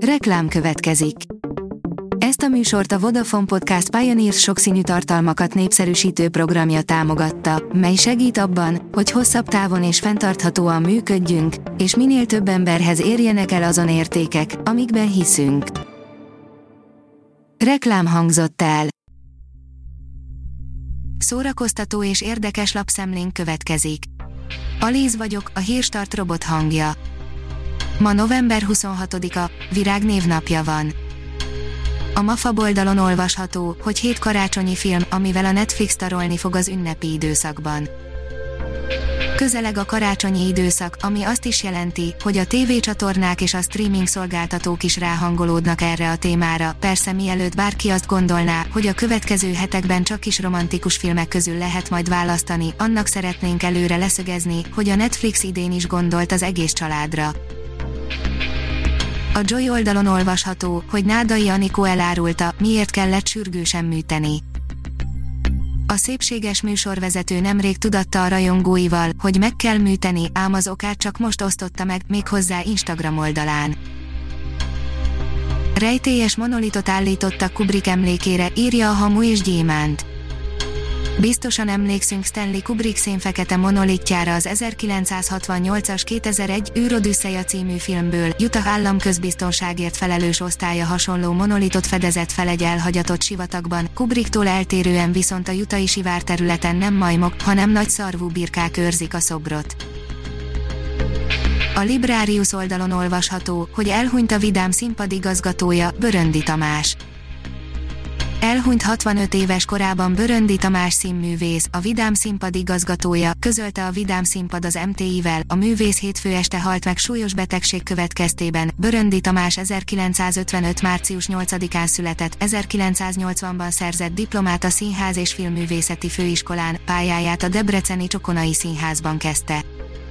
Reklám következik. Ezt a műsort a Vodafone Podcast Pioneers sokszínű tartalmakat népszerűsítő programja támogatta, mely segít abban, hogy hosszabb távon és fenntarthatóan működjünk, és minél több emberhez érjenek el azon értékek, amikben hiszünk. Reklám hangzott el. Szórakoztató és érdekes lapszemlénk következik. Alíz vagyok, a Hírstart robot hangja. Ma november 26-a, Virág névnapja van. A MAFA oldalon olvasható, hogy 7 karácsonyi film, amivel a Netflix tarolni fog az ünnepi időszakban. Közeleg a karácsonyi időszak, ami azt is jelenti, hogy a tévécsatornák és a streaming szolgáltatók is ráhangolódnak erre a témára, persze mielőtt bárki azt gondolná, hogy a következő hetekben csak is romantikus filmek közül lehet majd választani, annak szeretnénk előre leszögezni, hogy a Netflix idén is gondolt az egész családra. A Joy oldalon olvasható, hogy Nádai Anikó elárulta, miért kellett sürgősen műteni. A szépséges műsorvezető nemrég tudatta a rajongóival, hogy meg kell műteni, ám az okát csak most osztotta meg, méghozzá Instagram oldalán. Rejtélyes monolitot állítottak Kubrick emlékére, írja a Hamu és Gyémánt. Biztosan emlékszünk Stanley Kubrick szénfekete monolitjára az 1968-as 2001 űrodüsszeja című filmből. Utah állam közbiztonságért felelős osztálya hasonló monolitot fedezett fel egy elhagyatott sivatagban, Kubricktól eltérően viszont a utahi sivárterületen nem majmok, hanem nagy szarvú birkák őrzik a szobrot. A Librarius oldalon olvasható, hogy elhunyt a Vidám Színpad igazgatója, Böröndi Tamás. Elhunyt 65 éves korában Böröndi Tamás színművész, a Vidám Színpad igazgatója, közölte a Vidám Színpad az MTI-vel, a művész hétfő este halt meg súlyos betegség következtében. Böröndi Tamás 1955. március 8-án született, 1980-ban szerzett diplomát a Színház és Filmművészeti Főiskolán, pályáját a debreceni Csokonai Színházban kezdte.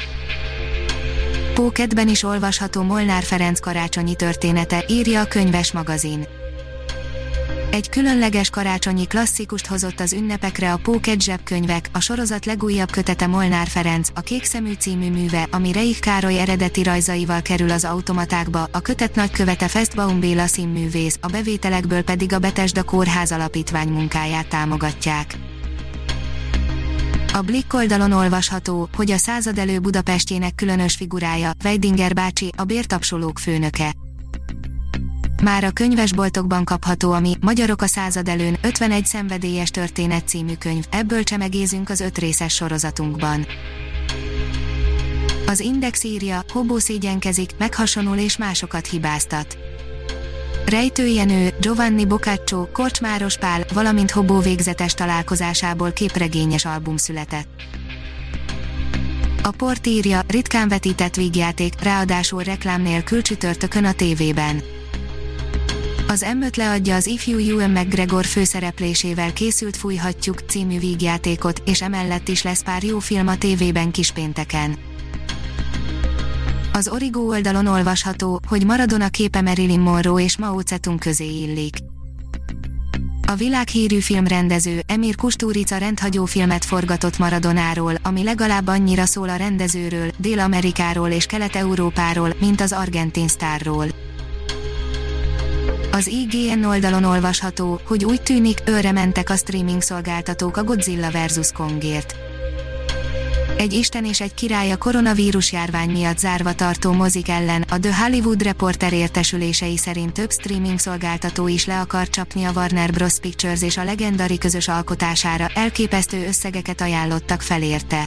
Pókedben is olvasható Molnár Ferenc karácsonyi története, írja a Könyves magazin. Egy különleges karácsonyi klasszikust hozott az ünnepekre a Póked zsebkönyvek, a sorozat legújabb kötete Molnár Ferenc, a Kékszemű című műve, ami Reich Károly eredeti rajzaival kerül az automatákba, a kötet nagykövete Festbaum Béla színművész, a bevételekből pedig a Betesda Kórház Alapítvány munkáját támogatják. A Blick oldalon olvasható, hogy a századelő Budapestjének különös figurája, Weidinger bácsi, a bértapsolók főnöke. Már a könyvesboltokban kapható a Mi, Magyarok a századelőn, 51 szenvedélyes történet című könyv, ebből csemegézünk az 5 részes sorozatunkban. Az Index írja, Hobó szégyenkezik, meghasonul és másokat hibáztat. Rejtő Jenő, Giovanni Boccaccio, Korcsmáros Pál, valamint Hobó végzetes találkozásából képregényes album született. A Port írja, ritkán vetített vígjáték, ráadásul reklám nélkül csütörtökön a tévében. Az M5 leadja az ifjú Ewan McGregor főszereplésével készült Fújhatjuk című vígjátékot, és emellett is lesz pár jó film a tévében kispénteken. Az Origo oldalon olvasható, hogy Maradona képe Marilyn Monroe és Mao Zedong közé illik. A világhírű filmrendező, Emir Kusturica rendhagyó filmet forgatott Maradonáról, ami legalább annyira szól a rendezőről, Dél-Amerikáról és Kelet-Európáról, mint az argentin sztárról. Az IGN oldalon olvasható, hogy úgy tűnik, őre mentek a streaming szolgáltatók a Godzilla vs. Kongért. Egy isten és egy király a koronavírus járvány miatt zárva tartó mozik ellen, a The Hollywood Reporter értesülései szerint több streaming szolgáltató is le akar csapni a Warner Bros. Pictures és a Legendary közös alkotására, elképesztő összegeket ajánlottak fel érte.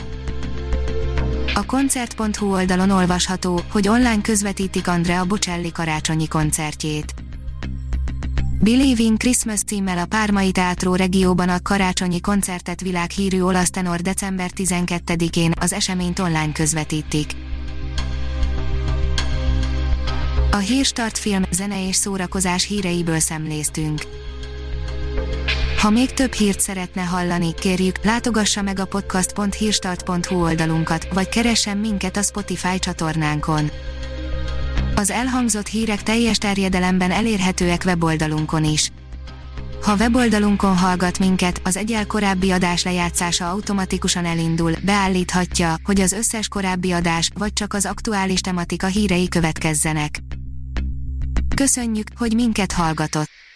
A koncert.hu oldalon olvasható, hogy online közvetítik Andrea Bocelli karácsonyi koncertjét. Believe in Christmas címmel a Parmai Teatro Regióban ad karácsonyi koncertet világhírű olasz tenor december 12-én, az eseményt online közvetítik. A Hírstart film, zene és szórakozás híreiből szemléztünk. Ha még több hírt szeretne hallani, kérjük, látogassa meg a podcast.hírstart.hu oldalunkat, vagy keressen minket a Spotify csatornánkon. Az elhangzott hírek teljes terjedelemben elérhetőek weboldalunkon is. Ha weboldalunkon hallgat minket, az egyel korábbi adás lejátszása automatikusan elindul, beállíthatja, hogy az összes korábbi adás, vagy csak az aktuális tematika hírei következzenek. Köszönjük, hogy minket hallgatott!